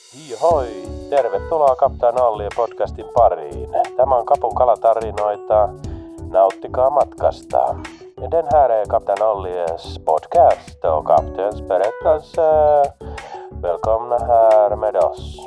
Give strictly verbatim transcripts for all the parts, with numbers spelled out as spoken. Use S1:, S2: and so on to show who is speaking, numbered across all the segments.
S1: Hoi! Tervetuloa Kaptaan Ollien podcastin pariin. Tämä on Kapun kalatarinoita. Nauttikaa matkasta. Den här är Kapten Ollies podcast och kaptens berättelse. Välkomna här med oss.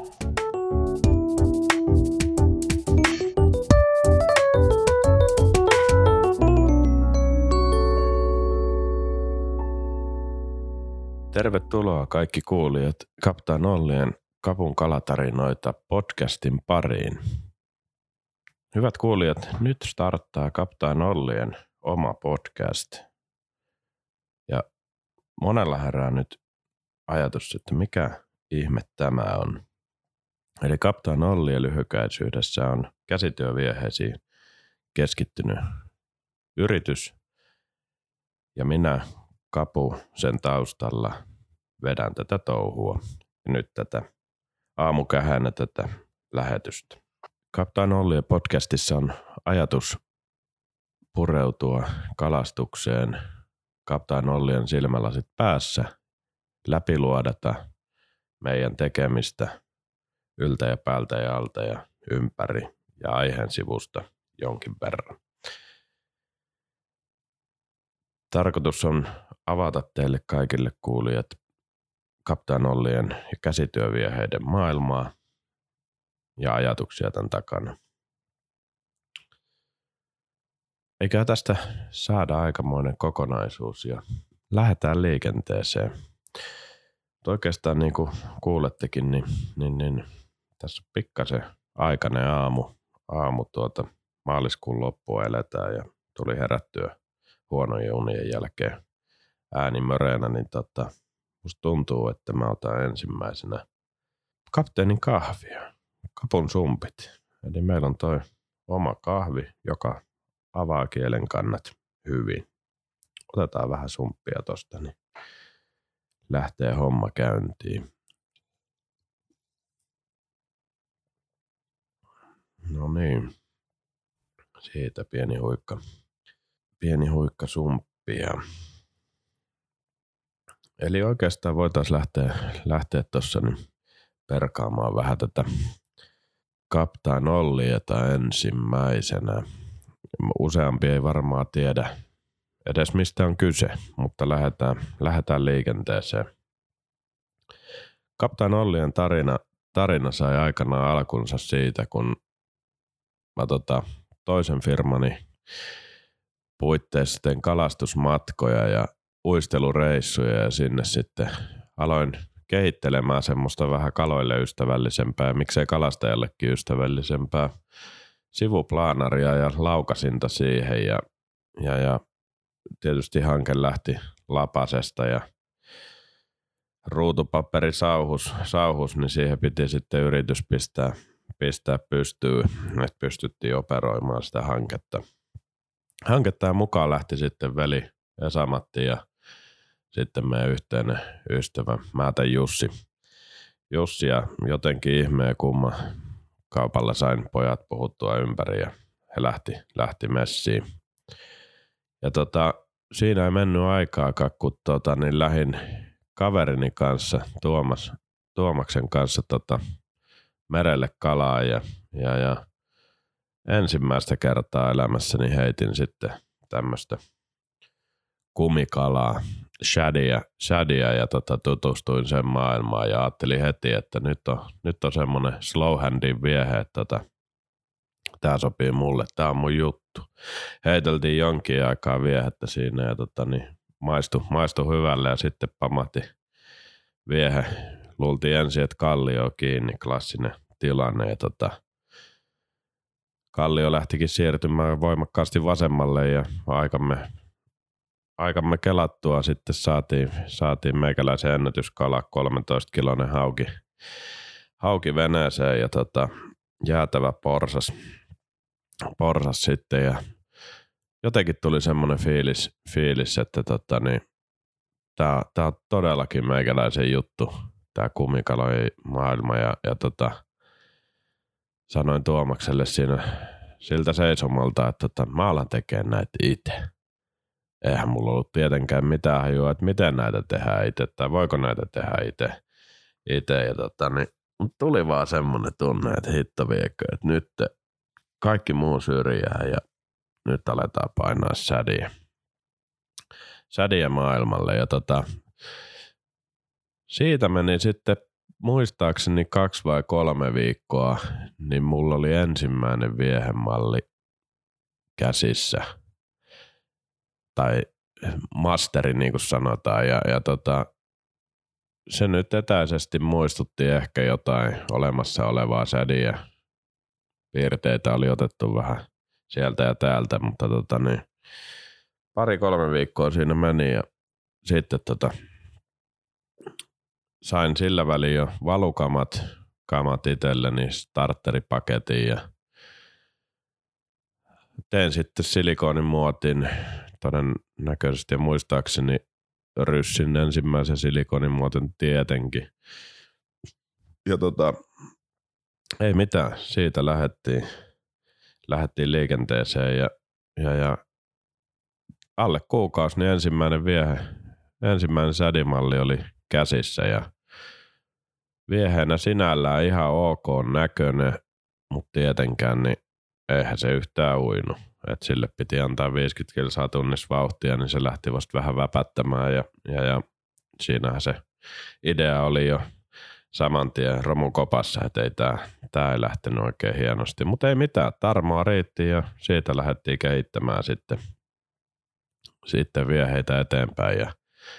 S1: Tervetuloa kaikki kuulijat Kaptaan Ollien Kapun kalatarinoita podcastin pariin. Hyvät kuulijat, nyt starttaa Kaptaan Ollien oma podcast. Ja monella herää nyt ajatus, että mikä ihme tämä on. Eli Kaptaan Ollien lyhykäisyydessä on käsityövieheisiin keskittynyt yritys. Ja minä, Kapu, sen taustalla vedän tätä touhua. Nyt tätä aamukähänä tätä lähetystä. Kaptaan Ollien podcastissa on ajatus pureutua kalastukseen Kaptaan Ollien silmälasit päässä, läpiluodata meidän tekemistä yltä ja päältä ja alta ja ympäri ja aiheen sivusta jonkin verran. Tarkoitus on avata teille kaikille kuulijat Kaptaan Ollien ja käsityövieheiden maailmaa ja ajatuksia tämän takana. Eikä tästä saada aikamoinen kokonaisuus ja lähdetään liikenteeseen. Oikeastaan niin kuin kuulettekin, niin, niin, niin tässä on pikkasen aikainen aamu. Aamu tuota maaliskuun loppua eletään ja tuli herättyä huonojen unien jälkeen ääni möreenä, niin tota, musta tuntuu, että mä otan ensimmäisenä kapteenin kahvia, Kapun sumpit. Eli meillä on toi oma kahvi, joka avaa kielen kannat hyvin. Otetaan vähän sumppia tosta, niin lähtee homma käyntiin. No niin, siitä pieni huikka, pieni huikka sumppia. Eli oikeastaan voitaisiin lähteä, lähteä tuossa niin perkaamaan vähän tätä Kaptaan Ollieta ensimmäisenä. Useampi ei varmaan tiedä edes mistä on kyse, mutta lähdetään, lähdetään liikenteeseen. Kaptaan Ollien tarina, tarina sai aikanaan alkunsa siitä, kun mä tota, toisen firmani puitteissa tein kalastusmatkoja ja uistelureissuja ja sinne sitten aloin kehittelemään semmoista vähän kaloille ystävällisempää ja miksei kalastajallekin ystävällisempää sivuplaanaria ja laukasinta siihen ja, ja, ja tietysti hanke lähti lapasesta ja ruutupaperi sauhus, sauhus, niin siihen piti sitten yritys pistää, pistää pystyyn, että pystyttiin operoimaan sitä hanketta. Hanketta ja mukaan lähti sitten veli Esa-Matti ja sitten meidän yhteinen ystävä Määtän Jussi. Jussi ja jotenkin ihmeen kumma kaupalla sain pojat puhuttua ympäri ja he lähti, lähti messiin. Ja tota, siinä ei mennyt aikaakaan, kun tota, niin lähdin kaverini kanssa, Tuomas, Tuomaksen kanssa tota, merelle kalaa ja, ja, ja ensimmäistä kertaa elämässäni heitin sitten tämmöistä kumikalaa, shadia, shadia ja tota, tutustuin sen maailmaan ja ajattelin heti, että nyt on, nyt on semmoinen slow handin viehe, että tota, tää sopii mulle, tää on mun juttu. Heiteltiin jonkin aikaa viehettä siinä ja tota, niin maistui, maistui hyvälle ja sitten pamahti viehe. Luultiin ensin, että kallio on kiinni, klassinen tilanne ja tota, kallio lähtikin siirtymään voimakkaasti vasemmalle ja aikamme, aikamme kelattua sitten saatiin, saatiin meikäläisen ennätyskala kolmetoista kiloinen hauki, hauki veneeseen ja tota, jäätävä porsas, porsas sitten ja jotenkin tuli semmoinen fiilis, fiilis että tota, niin, tää, tää on todellakin meikäläisen juttu, tää kumikalojen maailma ja, ja tota, sanoin Tuomakselle siinä siltä seisomalta, että tota, mä alan tekemään näitä itse. Eihän mulla ollut tietenkään mitään hajua, että miten näitä tehdään itse tai voiko näitä tehdä itse. itse. Ja tota, niin Mut tuli vaan semmonen tunne, että hitto viekö, että nyt kaikki muu syrjää ja nyt aletaan painaa sädiä. Sädiä maailmalle ja tota, siitä meni sitten muistaakseni kaksi vai kolme viikkoa, niin mulla oli ensimmäinen viehemalli käsissä. Tai masteri niin kuin sanotaan ja, ja tota, se nyt etäisesti muistutti ehkä jotain olemassa olevaa sädiä. Piirteitä oli otettu vähän sieltä ja täältä, mutta tota niin, pari kolme viikkoa siinä meni ja sitten tota, sain sillä väliin jo valukamat kamat itselleni, starteripaketin ja tein sitten silikoonin muotin, todennäköisesti ja muistaakseni ryssin ensimmäisen silikoonin muotin tietenkin. Ja tota, ei mitään, siitä lähdettiin, lähdettiin liikenteeseen ja, ja, ja alle kuukausi niin ensimmäinen viehe, ensimmäinen sädimalli oli käsissä ja vieheenä sinällään ihan ok näköinen, mutta tietenkään niin eihän se yhtään uinut. Et sille piti antaa viisikymmentä kilsaa tunnissa vauhtia, niin se lähti vasta vähän väpättämään ja, ja, ja siinähän se idea oli jo saman tien romun kopassa, että ei tää, tää ei lähtenyt oikein hienosti. Mutta ei mitään, tarmoa riitti ja siitä lähdettiin kehittämään sitten, sitten vieheitä eteenpäin. Ja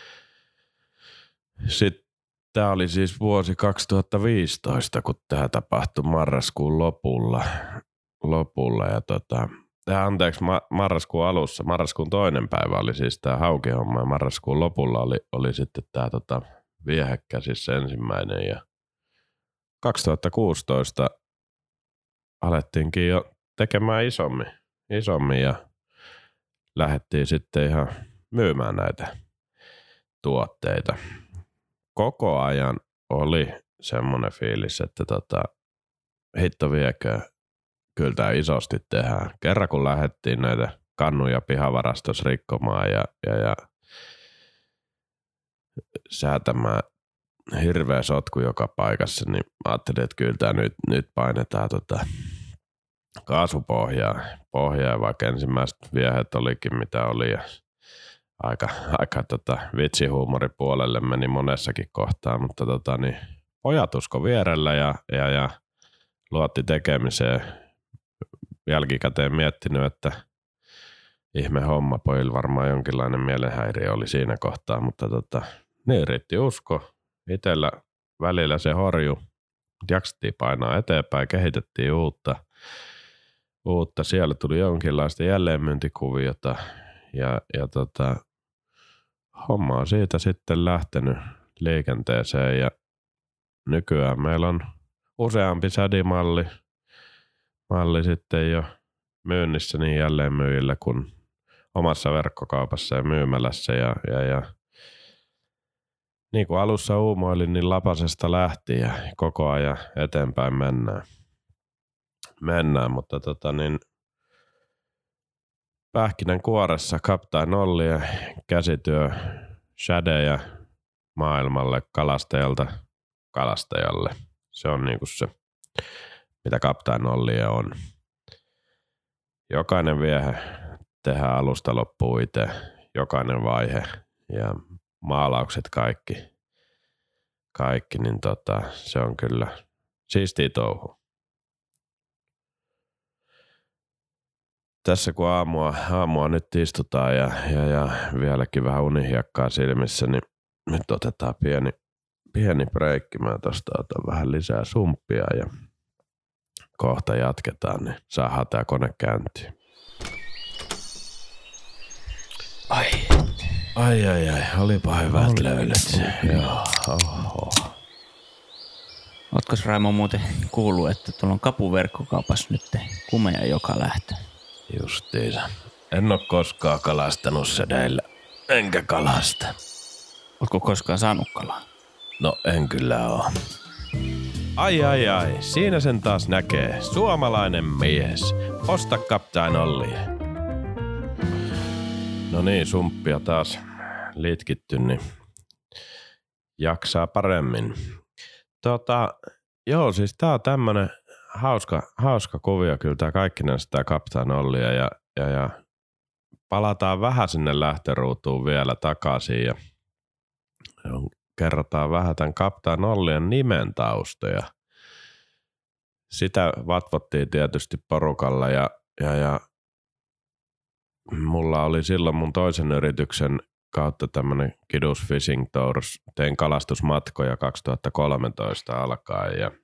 S1: sitten tämä oli siis vuosi kaksituhattaviisitoista, kun tämä tapahtui marraskuun lopulla. lopulla ja tota, anteeksi, ma- marraskuun alussa, marraskuun toinen päivä oli siis tämä haukihomma ja marraskuun lopulla oli, oli sitten tämä tota, viehekäsissä ensimmäinen ja kaksituhattakuusitoista alettiinkin jo tekemään isommin, isommin ja lähdettiin sitten ihan myymään näitä tuotteita. Koko ajan oli semmoinen fiilis, että tota, hitto viekö, kyllä tämä isosti tehdään. Kerran kun lähdettiin näitä kannuja pihavarastossa rikkomaan ja, ja, ja säätämään hirveä sotku joka paikassa, niin ajattelin, että kyllä tämä nyt, nyt painetaan tota kaasupohjaa, pohjaa, vaikka ensimmäiset viehet olikin mitä oli ja aika, aika tota vitsihuumoripuolelle meni monessakin kohtaa, mutta tota niin, pojat usko vierellä ja, ja, ja luotti tekemiseen. Jälkikäteen miettinyt, että ihme homma, pojilla varmaan jonkinlainen mielenhäiriö oli siinä kohtaa, mutta tota, niin riitti usko. Itellä välillä se horju, jaksettiin painaa eteenpäin, kehitettiin uutta. uutta. Siellä tuli jonkinlaista jälleenmyyntikuviota ja, ja tota, homma on siitä sitten lähtenyt liikenteeseen ja nykyään meillä on useampi sädimalli malli sitten jo myynnissä niin jälleen myyjillä kuin omassa verkkokaupassa ja myymälässä ja, ja, ja niin kuin alussa uumoilin, niin lapasesta lähti ja koko ajan eteenpäin mennään. Mennään, mutta tota niin pähkinän kuoressa Captain Olli ja käsityö shadejä maailmalle kalastajalta kalastajalle. Se on niinku se, mitä Captain Olli on. Jokainen viehe tehdään alusta loppuun itse, jokainen vaihe ja maalaukset kaikki, kaikki niin tota, se on kyllä siistiä touhua. Tässä kun aamua, aamua nyt istutaan ja, ja, ja vieläkin vähän unihiekkaa silmissä, niin nyt otetaan pieni, pieni breikki. Mä tosta otan vähän lisää sumppia ja kohta jatketaan, niin saadaan tää kone käyntiin.
S2: Ai.
S1: Ai ai ai, olipa hyvät löydöt. Joo, oho.
S2: Ootko Raimo muuten kuullut, että tuolla on kapuverkkokaupassa nyt kumea joka lähtö?
S1: Justiinsa. En oo koskaan kalastanut sedeillä, enkä kalasta.
S2: Ootko koskaan saanut kalaa?
S1: No en kyllä oo. Ai ai ai, siinä sen taas näkee. Suomalainen mies. Osta Captain Olli. No niin, sumppia taas litkitty, niin jaksaa paremmin. Tota, Joo, siis tää on tämmönen hauska, hauska kuvio kyllä tää kaikkinensa tää Captain Ollia ja, ja, ja palataan vähän sinne lähtöruutuun vielä takaisin ja kerrotaan vähän tämän Captain Ollien nimen taustoja. Sitä vatvottiin tietysti porukalla ja, ja, ja mulla oli silloin mun toisen yrityksen kautta tämmönen Kidus Fishing Tours. Tein kalastusmatkoja kaksituhattakolmetoista alkaen ja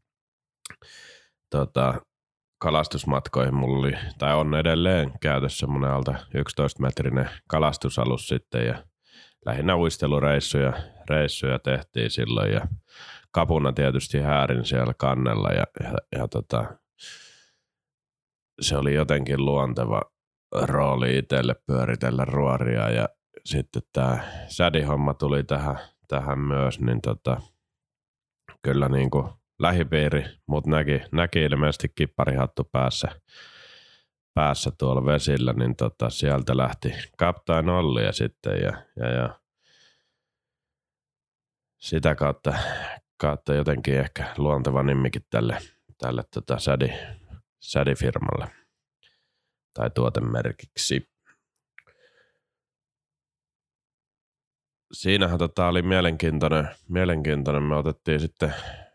S1: tota, kalastusmatkoihin mulla oli, tai on edelleen käytössä semmonen alta yksitoista metrinen kalastusalus sitten ja lähinnä uistelureissuja reissuja tehtiin silloin ja kapuna tietysti häärin siellä kannella ja, ja, ja tota, se oli jotenkin luonteva rooli itselle pyöritellä ruoria ja sitten tämä sädihomma tuli tähän, tähän myös, niin tota, kyllä niin kuin lähipiiri mut näki, näki ilmeisesti kipparihattu päässä, päässä tuolla vesillä, niin tota, sieltä lähti Captain Ollia sitten ja, ja, ja sitä kautta, kautta jotenkin ehkä luonteva nimikin tälle, tälle tota sädi, sädifirmalle tai tuotemerkiksi. Siinähän tota oli mielenkiintoinen, mielenkiintoinen. Me otettiin sitten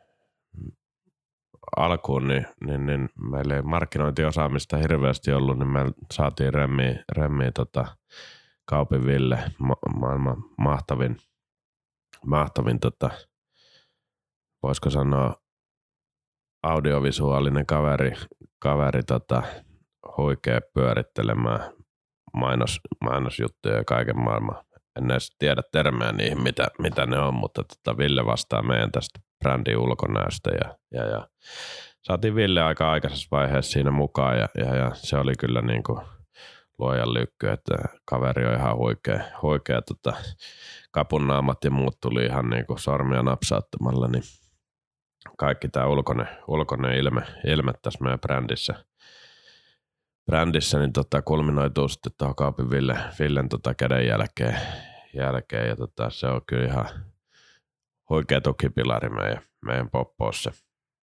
S1: alkuun, niin, niin, niin meillä ei markkinointiosaamista hirveästi ollut, niin me saatiin remmiä, remmiä tota Kaupin Ville, ma- maailman mahtavin, mahtavin tota, voisiko sanoa audiovisuaalinen kaveri, kaveri tota, huikea pyörittelemään mainos, mainosjuttuja ja kaiken maailman. En edes tiedä termejä niihin, mitä, mitä ne on, mutta tota Ville vastaa meidän tästä brändin ulkonäöstä ja, ja, ja saatiin Ville aika aikaisessa vaiheessa siinä mukaan ja, ja, ja se oli kyllä niin kuin luojan lykky, että kaveri on ihan huikea, huikea tota, kapunnaamat ja muut tuli ihan niin kuin sormia napsauttamalla, niin kaikki tämä ulkoinen, ulkoinen ilme, ilme tässä meidän brändissä, brändissä niin tota, kulminoituu sitten tuohon Kaupin Ville, Villen tota käden jälkeen, jälkeen ja tota, se on kyllä ihan huikea tukipilari meidän, meidän poppoossa.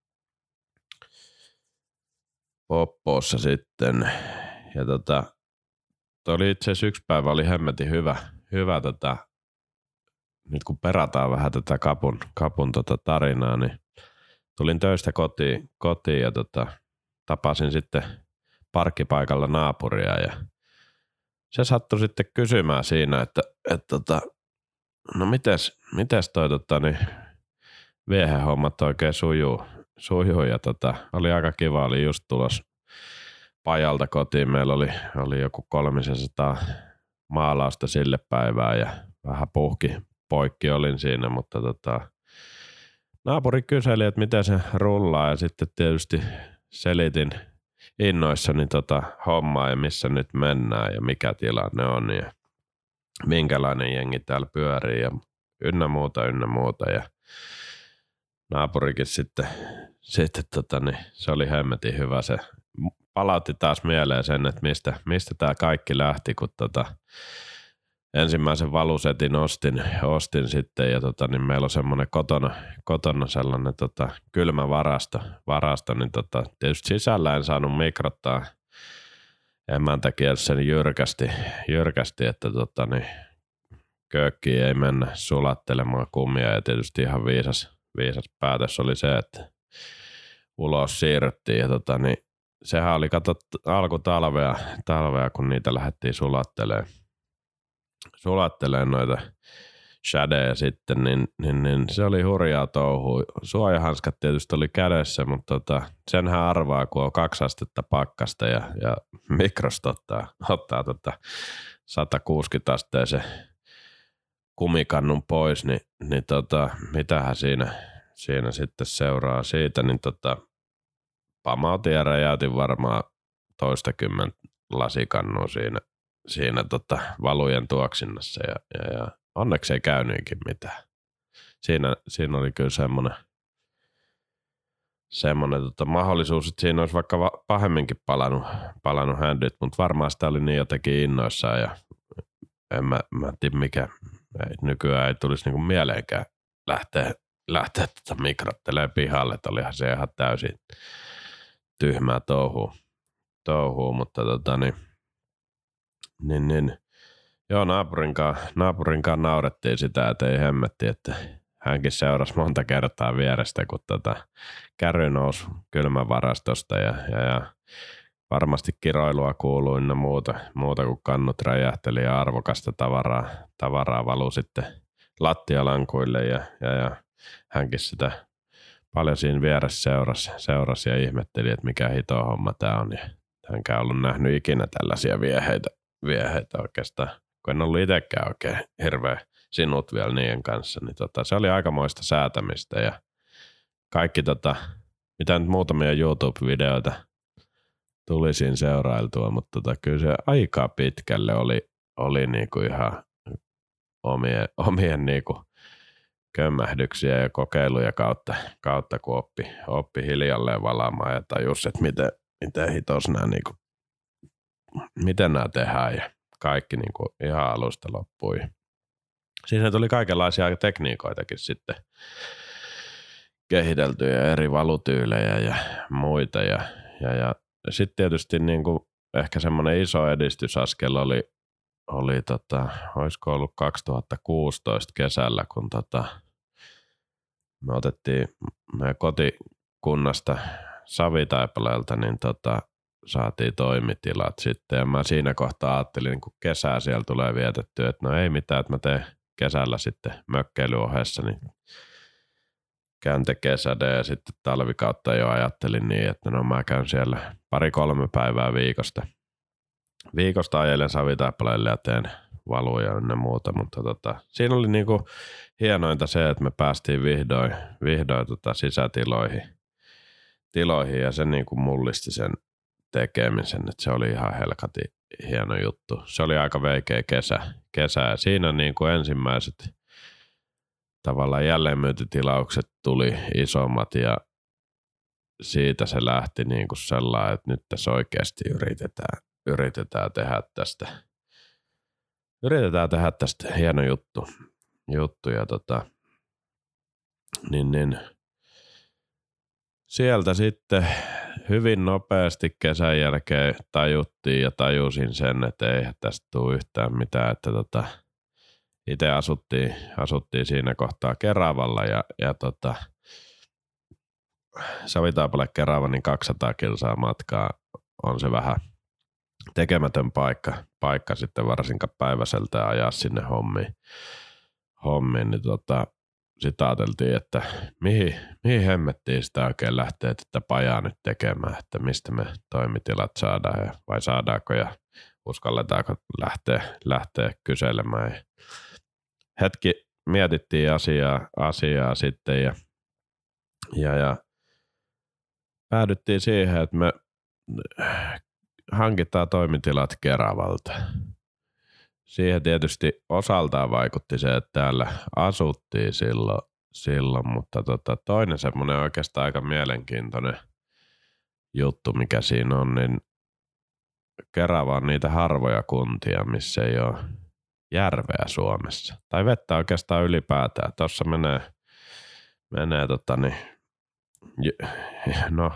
S1: Poppoossa sitten ja tota, toi oli itse asiassa yksi päivä oli hemmetin hyvä, hyvä tota, nyt kun perataan vähän tätä kapun, kapun tota tarinaa, niin tulin töistä kotiin, kotiin ja tota, tapasin sitten parkkipaikalla naapuria ja se sattui sitten kysymään siinä, että, että tota, no mites, mites toi tota, niin viehehommat oikein sujuu, sujuu ja tota, oli aika kiva, oli just tulos pajalta kotiin, meillä oli, oli joku kolmisensataa maalausta sille päivään ja vähän puhki poikki olin siinä, mutta tota, naapuri kyseli, että miten se rullaa ja sitten tietysti selitin innoissani tota hommaa ja missä nyt mennään ja mikä tilanne on ja minkälainen jengi täällä pyörii ja ynnä muuta, ynnä muuta ja naapurikin sitten, sitten tota, niin se oli hemmetin hyvä. Se palautti taas mieleen sen, että mistä, mistä tämä kaikki lähti, kun tota, ensimmäisen valusetin ostin, ostin sitten ja tota, niin meillä on semmoinen kotona, kotona sellainen tota, kylmä varasto, varasto niin tota, tietysti sisällä en saanut mikrottaa emäntäkielessä jyrkästi, jyrkästi, että tota, niin, köökkiin ei mennä sulattelemaan kummia ja tietysti ihan viisas, viisas päätös oli se, että ulos siirryttiin ja tota, niin, sehän oli kato alku talvea, talvea, kun niitä lähdettiin sulattelemaan. Sulatteleen noita shadeja sitten, niin, niin, niin se oli hurjaa touhua. Suojahanskat tietysti oli kädessä, mutta tota, senhän arvaa, kun on kaksi astetta pakkasta ja, ja mikrosta ottaa, ottaa tota sata kuusikymmentä asteisen kumikannun pois, niin, niin tota, mitähän siinä, siinä sitten seuraa siitä, niin tota, pamautin ja räjäytin varmaan toistakymmentä lasikannua siinä. siinä tota valujen tuoksinnassa ja, ja, ja onneksi ei käynytkin mitään. Siinä, siinä oli kyllä semmoinen, semmoinen tota mahdollisuus, että siinä olisi vaikka va- pahemminkin palannut, palannut händit, mutta varmaan sitä oli niin jotenkin innoissaan ja en mä, mä tiedä mikä, ei, nykyään ei tulisi niinku mieleenkään lähteä, lähteä tota mikrottelemaan pihalle, että olihan se ihan täysin tyhmää touhua, touhua mutta tota niin, niin, niin joo, naapurinkaan, naapurinkaan naurettiin sitä, että ei hemmetti, että hänkin seurasi monta kertaa vierestä, kun tota kärry nousi kylmän varastosta ja, ja, ja varmasti kiroilua kuului ynnä muuta, muuta kuin kannut räjähteli ja arvokasta tavaraa, tavaraa valui sitten lattialankuille ja, ja, ja hänkin sitä paljon siinä vieressä seurasi, seurasi ja ihmetteli, että mikä hito homma tämä on. Ja hänkään ollut nähnyt ikinä tällaisia vieheitä, vieheitä oikeastaan, kun en ollut itsekään oikein hirveä sinut vielä niiden kanssa. Niin tota, se oli aikamoista säätämistä ja kaikki, tota, mitä nyt muutamia YouTube-videoita tuli siinä seurailtua, mutta tota, kyllä se aika pitkälle oli, oli niinku ihan omien, omien niinku kömmähdyksiä ja kokeiluja kautta, kautta kun oppi, oppi hiljalleen valaamaan ja tajusi, että miten, miten hitos nämä, niinku, miten nämä tehdään ja kaikki niinku ihan alusta loppui. Siinä tuli kaikenlaisia tekniikoitakin sitten kehiteltyjä, eri valutyylejä ja muita ja, ja, ja sitten tietysti niinku ehkä semmoinen iso edistysaskel oli, oli tota, olisiko ollut kaksituhattakuusitoista kesällä, kun tota, me otettiin meidän kotikunnasta Savitaipaleelta, niin tota, saatiin toimitilat sitten. Ja mä siinä kohtaa ajattelin, kun kesää siellä tulee vietettyä, että no ei mitään, että mä teen kesällä sitten mökkeilyohessa, niin käyn tekemään säde ja sitten talvikautta jo ajattelin niin, että no mä käyn siellä pari-kolme päivää viikosta. Viikosta ajelen Savitaipaleelle ja teen valuja ynnä muuta, mutta tota, siinä oli niinku hienointa se, että me päästiin vihdoin, vihdoin tota sisätiloihin tiloihin ja se niinku mullisti sen tekemisen, että se oli ihan helkati hieno juttu. Se oli aika veikeä kesä, kesä ja siinä niinku ensimmäiset tavallaan jälleenmyyntitilaukset tuli isommat ja siitä se lähti niinku sellainen, että nyt tässä oikeasti yritetään, yritetään tehdä tästä Yritetään tehdä tästä hieno juttu, juttu ja tota, niin, niin. Sieltä sitten hyvin nopeasti kesän jälkeen tajuttiin ja tajusin sen, että ei tästä tule yhtään mitään, että tota, itse asuttiin, asuttiin siinä kohtaa Keravalla ja, ja tota, Savitaipale Kerava, niin kaksisataa kilsaa matkaa on se vähän tekemätön paikka, paikka sitten varsinkaan päiväseltä ajaa sinne hommiin, hommiin niin tota, sitten ajateltiin, että mihin, mihin hemmettiin sitä oikein lähtee tätä pajaa nyt tekemään, että mistä me toimitilat saadaan ja vai saadaanko ja uskalletaanko lähteä, lähteä kyselemään. Ja hetki mietittiin asiaa, asiaa sitten ja, ja, ja päädyttiin siihen, että me hankitaan toimitilat Keravalta. Siihen tietysti osaltaan vaikutti se, että täällä asuttiin silloin, silloin mutta tota, toinen semmoinen oikeastaan aika mielenkiintoinen juttu, mikä siinä on, niin Kerava on niitä harvoja kuntia, missä ei ole järveä Suomessa. Tai vettä oikeastaan ylipäätään. Tuossa menee, menee tota niin, no...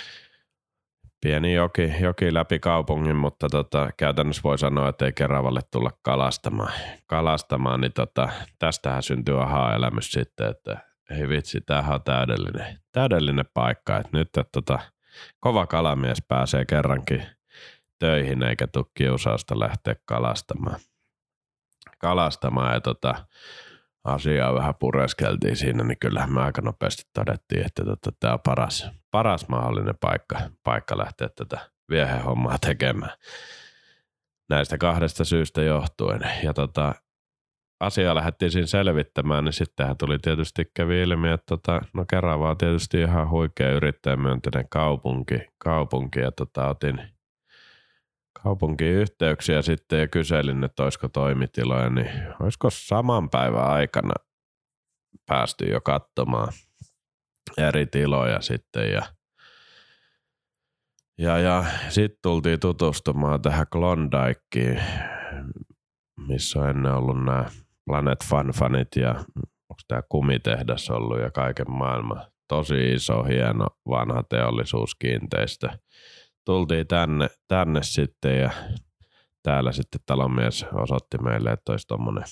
S1: Pieni joki, joki läpi kaupungin, mutta tota, käytännössä voi sanoa, että ei Keravalle tulla kalastamaan. kalastamaan niin tota, tästähän syntyy aha-elämys sitten, että ei vitsi, tämähän on täydellinen, täydellinen paikka. Että nyt että tota, kova kalamies pääsee kerrankin töihin eikä tule kiusausta lähteä kalastamaan. Kalastamaan ja tota, asiaa vähän pureskeltiin siinä, niin kyllähän me aika nopeasti todettiin, että tota, tämä on paras, paras mahdollinen paikka, paikka lähteä tätä viehehommaa tekemään. Näistä kahdesta syystä johtuen. Ja tota, asiaa lähdettiin siinä selvittämään, niin sittenhän tuli tietysti kävi ilmi, että tota, no Kerava on tietysti ihan huikea yrittäjämyönteinen kaupunki, kaupunki ja tota, otin kaupunkiin yhteyksiä sitten ja kyselin, että olisiko toimitiloja, niin olisiko saman päivän aikana päästy jo katsomaan eri tiloja sitten ja, ja, ja sitten tultiin tutustumaan tähän Klondikeen, missä on ennen ollut nämä Planet Fun Funit ja onko tämä kumitehdas ollut ja kaiken maailman. Tosi iso, hieno, vanha teollisuuskiinteistö. Tultiin tänne, tänne sitten ja täällä sitten talonmies osoitti meille, että olisi tommonen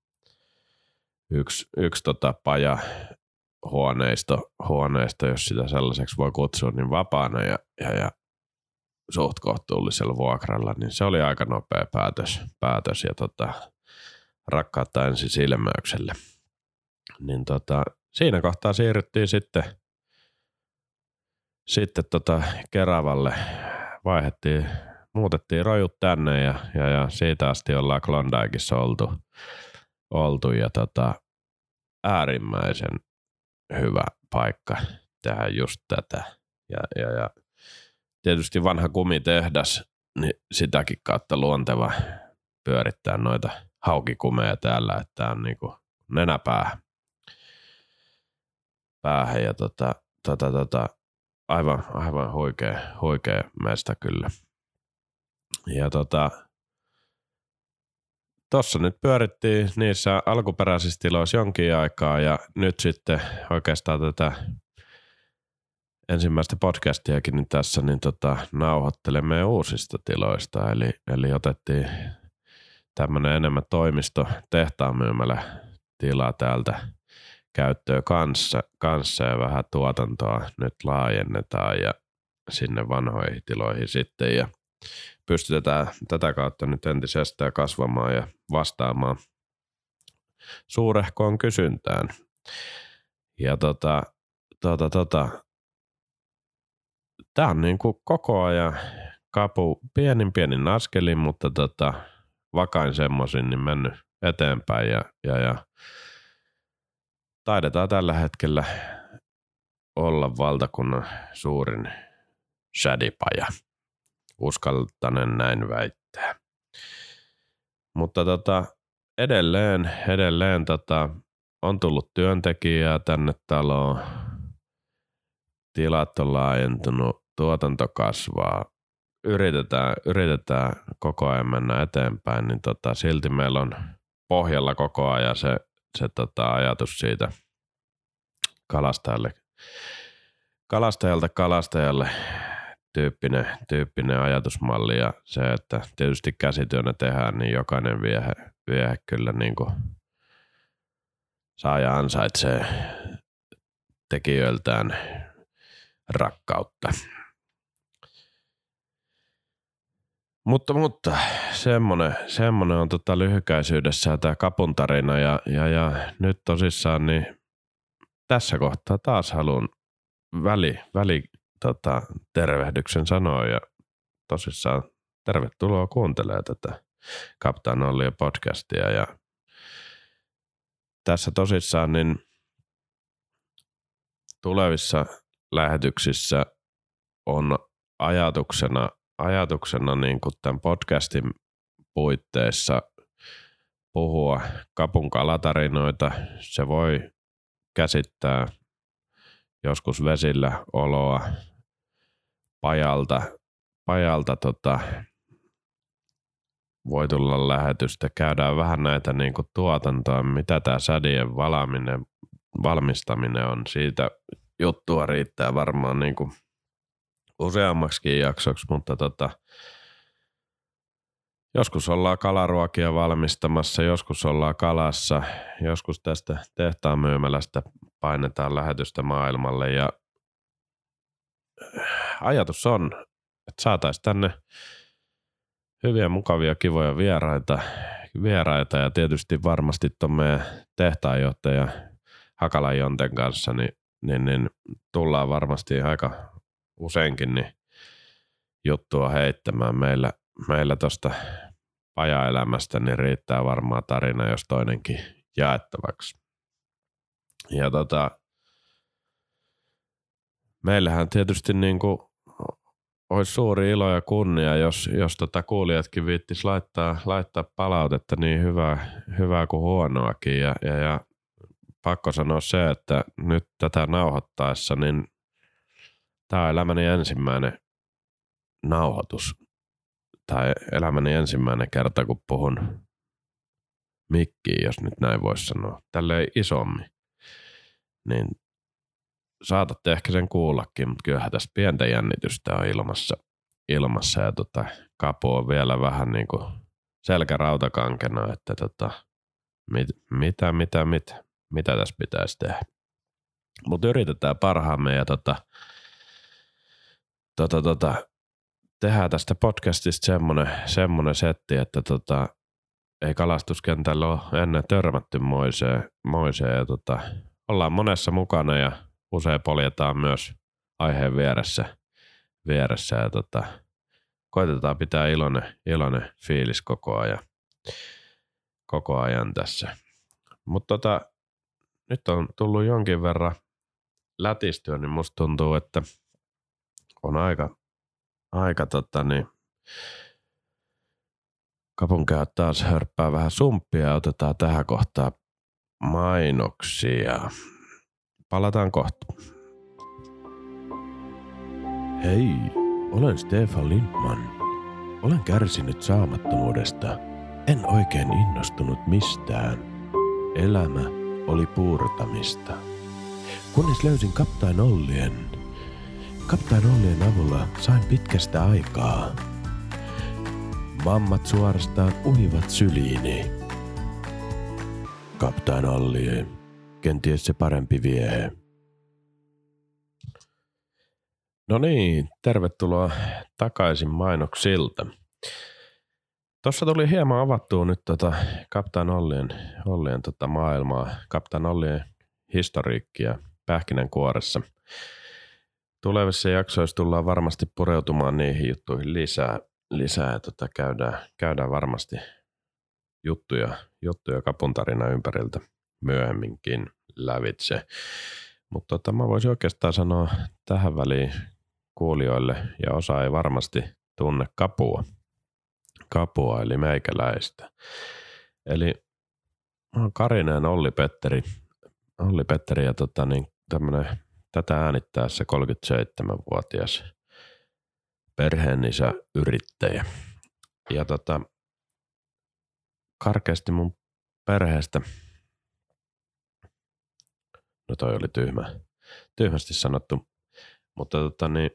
S1: yksi, yksi tota paja huoneisto, huoneisto, jos sitä sellaiseksi voi kutsua, niin vapaana ja, ja, ja suht kohtuullisella vuokralla, niin se oli aika nopea päätös, päätös ja tota, rakkautta ensi silmäykselle. Niin tota, siinä kohtaa siirryttiin sitten, sitten tota Keravalle, vaihdettiin, muutettiin rojut tänne ja, ja, ja siitä asti ollaan Klondikeissa oltu, oltu ja tota, äärimmäisen hyvä paikka tehdä just tätä. Ja, ja, ja tietysti vanha kumitehdas, niin sitäkin kautta luonteva pyörittää noita haukikumeja täällä, että tää on niinku nenäpäähän päähän ja tota, tota, tota, aivan, aivan huikea, huikea mesta kyllä. Ja tota, tossa nyt pyörittiin niissä alkuperäisissä tiloissa jonkin aikaa ja nyt sitten oikeastaan tätä ensimmäistä podcastiakin niin tässä niin tota, nauhoittelemme uusista tiloista. Eli, eli otettiin tämmönen enemmän toimisto tehtaan myymälä tila täältä käyttöön kanssa, kanssa ja vähän tuotantoa nyt laajennetaan ja sinne vanhoihin tiloihin sitten ja pystytetään tätä kautta nyt entisestään kasvamaan ja vastaamaan suurehkoon kysyntään. Ja tota, tota, tota, tää on niinku koko ajan kapu pienin pienin askelin, mutta tota, vakain semmoisin niin mennyt eteenpäin ja, ja, ja taidetaan tällä hetkellä olla valtakunnan suurin shadipaja. Uskaltanen näin väittää. Mutta tota, edelleen, edelleen tota, on tullut työntekijää tänne taloon. Tilat on laajentunut, tuotanto kasvaa. Yritetään, yritetään koko ajan mennä eteenpäin, niin tota, silti meillä on pohjalla koko ajan se, se tota, ajatus siitä kalastajalle, kalastajalta kalastajalle tyyppinen, tyyppinen ajatusmalli ja se, että tietysti käsityönä tehdään, niin jokainen viehe, viehe kyllä niin kuin saa ja ansaitsee tekijöiltään rakkautta. Mutta, mutta semmonen, semmonen on tota lyhykäisyydessään tää kapun tarina ja, ja, ja nyt tosissaan niin tässä kohtaa taas haluan väli, väli tota, tervehdyksen sanoa ja tosissaan tervetuloa kuuntelemaan tätä Kaptaan Ollia podcastia ja tässä tosissaan niin tulevissa lähetyksissä on ajatuksena, ajatuksena niin kuin tämän podcastin puitteissa puhua kapun kalatarinoita. Se voi käsittää joskus vesillä oloa pajalta, pajalta tota, voi tulla lähetystä. Käydään vähän näitä niin kuin tuotantoa, mitä tämä sädien valaminen, valmistaminen on. Siitä juttua riittää varmaan niin kuin useammaksikin jaksoksi, mutta tota, joskus ollaan kalaruokia valmistamassa, joskus ollaan kalassa, joskus tästä tehtaan myymälästä painetaan lähetystä maailmalle ja ajatus on, että saataisiin tänne hyviä, mukavia, kivoja vieraita, vieraita ja tietysti varmasti tuon meidän tehtaanjohtaja Hakalan Jonten kanssa niin, niin, niin tullaan varmasti aika useinkin niin juttua heittämään. Meillä, meillä tuosta pajaelämästä niin riittää varmaan tarina, jos toinenkin jaettavaksi. Ja tota, meillähän tietysti niin kuin olisi suuri ilo ja kunnia, jos, jos tota kuulijatkin viittis laittaa, laittaa palautetta niin hyvää, hyvää kuin huonoakin. Ja, ja, ja pakko sanoa se, että nyt tätä nauhoittaessa, niin tämä on elämäni ensimmäinen nauhoitus. Tai elämäni ensimmäinen kerta, kun puhun mikkiin, jos nyt näin voisi sanoa. Tälleen isommin. niin saatatte ehkä sen kuullakin, mutta kyllähän tässä pientä jännitystä on ilmassa, ilmassa ja tota, kapu on vielä vähän niin kuin selkärauta-kankena, että tota, mit, mitä, mitä, mitä, mitä tässä pitäisi tehdä. Mutta yritetään parhaamme ja tota, tota, tota, tehdään tästä podcastista semmonen, semmonen setti, että tota, ei kalastuskentällä ole ennen törmätty moiseen, moiseen ja tota, ollaan monessa mukana ja usein poljetaan myös aiheen vieressä, vieressä ja tota, koitetaan pitää iloinen, iloinen fiilis koko ajan, koko ajan tässä. Mutta tota, nyt on tullut jonkin verran lätistyä, niin musta tuntuu, että on aika, aika tota niin, kapunkia taas hörppää vähän sumppia ja otetaan tähän kohtaan mainoksia. Palataan kohta. Hei, olen Stefan Lindman. Olen kärsinyt saamattomuudesta. En oikein innostunut mistään. Elämä oli puurtamista. Kunnes löysin Kaptain Ollien. Kaptain Ollien avulla sain pitkästä aikaa. Mammat suorastaan uivat syliini. Kaptain Ollie, kenties se parempi vie. No niin, tervetuloa takaisin mainoksilta. Tuossa tuli hieman avattua nyt tota Kaptain Ollien, Ollien tota maailmaa, Kaptain Ollien historiikkia pähkinänkuoressa. Tulevissa jaksoissa tullaan varmasti pureutumaan niihin juttuihin lisää. lisää ja tota käydään, käydään varmasti juttuja, juttuja kapun tarina ympäriltä myöhemminkin lävitse. Mutta tota, mä voisin oikeastaan sanoa tähän väliin kuulijoille, ja osa ei varmasti tunne kapua, kapua eli meikäläistä. Eli mä oon Karineen Olli-Petteri, Olli-Petteri ja tota, niin, tämmönen, tätä äänittäessä kolmekymmentäseitsemänvuotias perheenisä yrittäjä. Ja tota, karkeasti mun perheestä, no toi oli tyhmä, tyhmästi sanottu, mutta tota niin,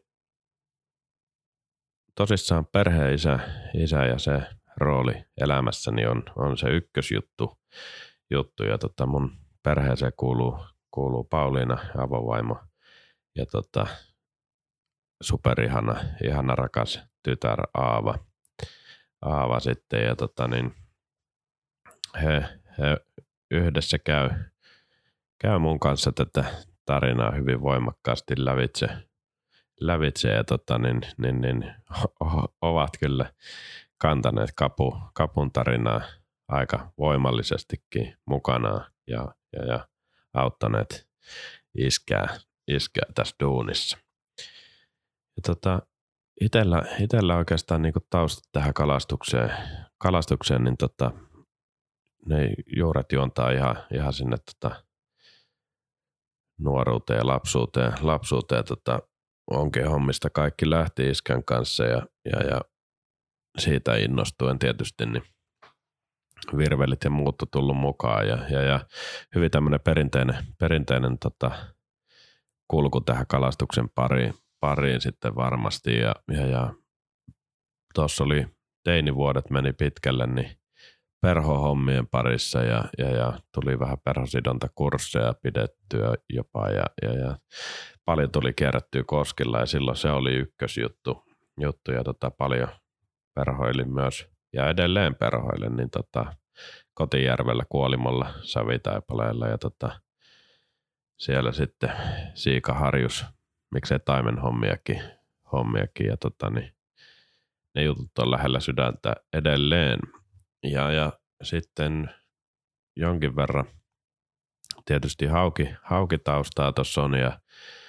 S1: tosissaan perheen isä, isä ja se rooli elämässäni on, on se ykkösjuttu, juttu, ja tota mun perheeseen kuuluu, kuuluu Pauliina, avovaimo, ja tota, superihana, ihana rakas tytär Aava, Aava sitten, ja tota niin, he, he yhdessä käy, käy mun kanssa tätä tarinaa hyvin voimakkaasti lävitse, lävitse ja tota niin, niin, niin, ovat kyllä kantaneet kapu, kapun tarinaa aika voimallisestikin mukanaan ja, ja, ja auttaneet iskää, iskää tässä duunissa. Ja tota, itellä, itellä oikeastaan niinku taustat tähän kalastukseen, kalastukseen niin tota, ne juuret juontaa ihan, ihan sinne tota nuoruuteen ja lapsuuteen. lapsuuteen tota, onkin hommista kaikki lähti iskän kanssa ja, ja, ja siitä innostuen tietysti niin virvelit ja muut on tullut mukaan ja, ja, ja hyvin tämmöinen perinteinen, perinteinen tota, kulku tähän kalastuksen pariin, pariin sitten varmasti ja, ja, ja tuossa oli teinivuodet meni pitkälle niin perhohommien parissa ja, ja, ja tuli vähän perhosidontakursseja pidettyä jopa ja, ja, ja paljon tuli kierrättyä koskilla ja silloin se oli ykkösjuttu juttu, ja tota, paljon perhoilin myös ja edelleen perhoilin niin tota, Kotijärvellä Kuolimolla Savitaipaleella ja tota, siellä sitten siikaharjus, miksei taimen hommiakin, hommiakin ja tota, niin, ne jutut on lähellä sydäntä edelleen. Ja, ja sitten jonkin verran tietysti hauki, haukitaustaa tuossa on ja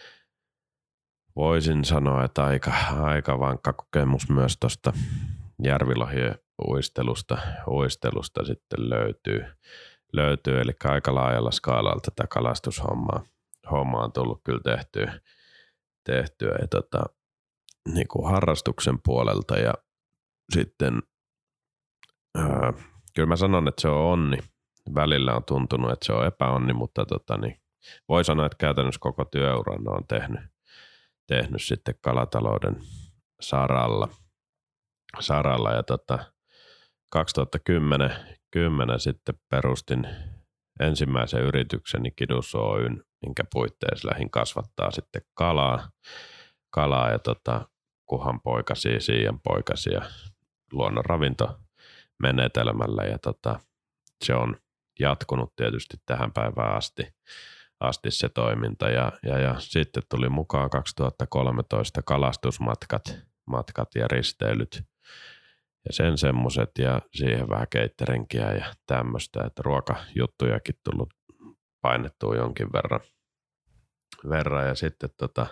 S1: voisin sanoa, että aika, aika vankka kokemus myös tuosta järvilohien uistelusta, uistelusta sitten löytyy, löytyy. Eli aika laajalla skaalalla tätä kalastushommaa hommaa on tullut kyllä tehtyä, tehtyä ja tota, niin kuin harrastuksen puolelta ja sitten Öö, kyllä mä sanon, että se on onni. Välillä on tuntunut, että se on epäonni, mutta tota, niin, voi sanoa, että käytännössä koko työuran on tehnyt, tehnyt sitten kalatalouden saralla. saralla ja tota, kaksituhattakymmenen kymmenen sitten perustin ensimmäisen yritykseni Kidus Oyn, minkä puitteissa lähdin kasvattaa sitten kalaa, kalaa ja tota, kuhan poikasia, siian poikasia luonnon ravintomenetelmällä ja tota, se on jatkunut tietysti tähän päivään asti, asti se toiminta ja, ja, ja sitten tuli mukaan kaksituhattakolmetoista kalastusmatkat matkat ja risteilyt ja sen semmoset ja siihen vähän keitterenkiä ja tämmöistä, että ruokajuttujakin tullut painettua jonkin verran, verran. ja sitten tota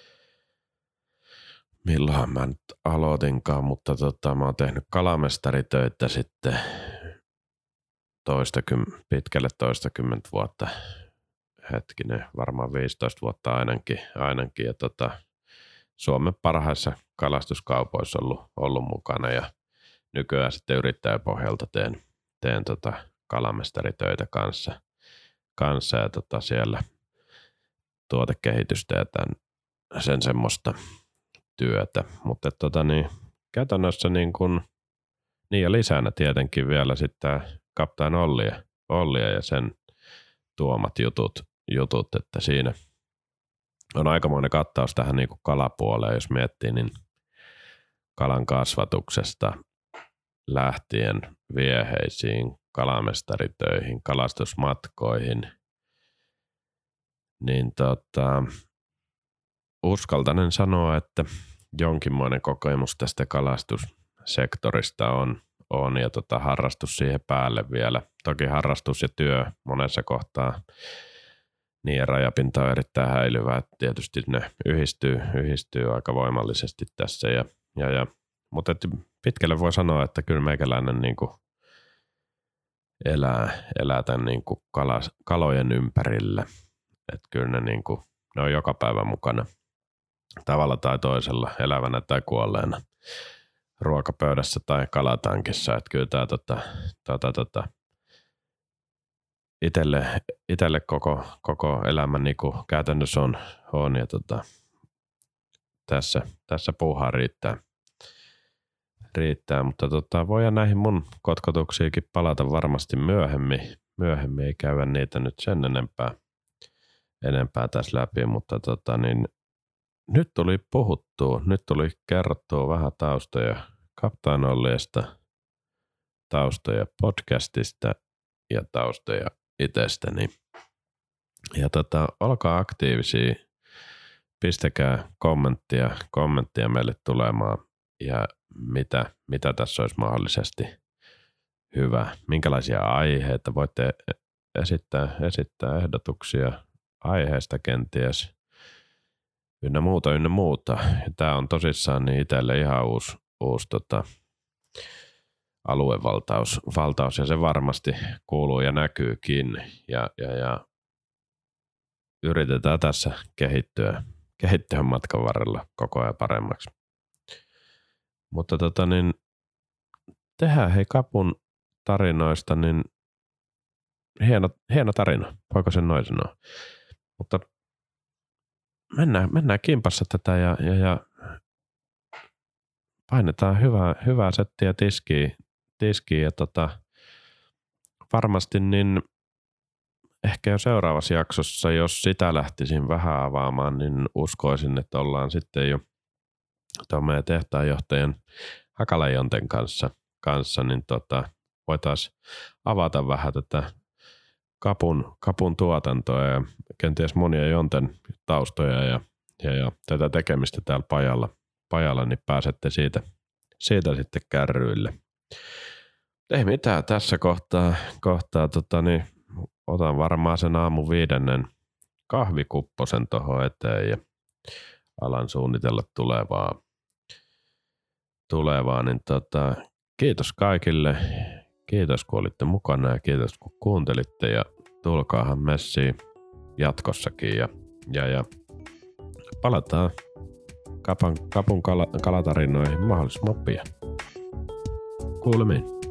S1: milloinhan mä nyt aloitinkaan, mutta tota, mä oon tehnyt kalamestaritöitä sitten toistakym, pitkälle toistakymmentä vuotta, hetkinen, varmaan viisitoista vuotta ainakin, ainakin ja tota, Suomen parhaissa kalastuskaupoissa ollut, ollut mukana ja nykyään sitten yrittäjäpohjalta teen, teen tota kalamestaritöitä kanssa, kanssa ja tota siellä tuotekehitystä ja tämän, sen semmoista työtä, mutta tota niin, käytännössä niin kun, niin ja lisänä tietenkin vielä sitten Kapteeni Ollia, Ollia ja sen tuomat jutut, jutut, että siinä on aikamoinen kattaus tähän niin kuin kalapuoleen, jos miettii, niin kalan kasvatuksesta lähtien vieheisiin, kalamestaritöihin, kalastusmatkoihin, niin tota, uskaltanen sanoa, että jonkinmoinen kokemus tästä kalastussektorista on, on ja tota, harrastus siihen päälle vielä. Toki harrastus ja työ monessa kohtaa niin rajapinta on erittäin häilyvä, että tietysti ne yhdistyy, yhdistyy aika voimallisesti tässä. Ja, ja, ja, mutta pitkälle voi sanoa, että kyllä meikäläinen niin kuin elää, elää tämän niin kuin kalas, kalojen ympärillä. Että kyllä ne, niin kuin, ne on joka päivä mukana tavalla tai toisella, elävänä tai kuolleena ruokapöydässä tai kalatankissa. Että kyllä tämä tota, tota, tota, Itelle, itelle koko, koko elämä niin kuin käytännössä on, on ja tota, tässä, tässä puuhaa riittää, riittää. mutta tota, voidaan näihin mun kotkotuksiinkin palata varmasti myöhemmin. Myöhemmin ei käydä niitä nyt sen enempää, enempää tässä läpi, mutta tota, niin, nyt tuli puhuttua, nyt tuli kerrottua vähän taustoja Kapteeni Olliesta, taustoja podcastista ja taustoja itsestäni. Ja tota, olkaa aktiivisia, pistäkää kommenttia, kommenttia meille tulemaan ja mitä, mitä tässä olisi mahdollisesti hyvä. Minkälaisia aiheita voitte esittää, esittää ehdotuksia aiheesta kenties ynnä muuta, ynnä muuta. Tämä on tosissaan niin itselle ihan uusi, uusi tota, aluevaltaus valtaus, ja se varmasti kuuluu ja näkyykin ja, ja, ja yritetään tässä kehittyä, kehittyä matkan varrella koko ajan paremmaksi. Mutta tota niin, tehdään hei Kapun tarinoista, niin hieno, hieno tarina, voiko sen noin sanoa. Mutta mennään, mennään kimpassa tätä ja, ja, ja painetaan hyvää, hyvää settiä tiskiin, tiskiin ja tota, varmasti niin ehkä jo seuraavassa jaksossa, jos sitä lähtisin vähän avaamaan, niin uskoisin, että ollaan sitten jo tuon meidän tehtaanjohtajan Hakalajonten kanssa, kanssa niin tota, voitaisiin avata vähän tätä kapun, kapun tuotantoa ja kenties monia Jonten taustoja ja, ja, ja tätä tekemistä täällä pajalla, pajalla niin pääsette siitä, siitä sitten kärryille. Ei mitään tässä kohtaa, kohtaa tota, niin otan varmaan sen aamun viidennen kahvikupposen tuohon eteen ja alan suunnitella tulevaa. tulevaa niin tota, kiitos kaikille. Kiitos kun olitte mukana ja kiitos kun kuuntelitte ja tulkaahan messiin jatkossakin ja, ja, ja palataan Kapun, kapun kala, kalatarinoihin mahdollisimman pian. Kuulemiin.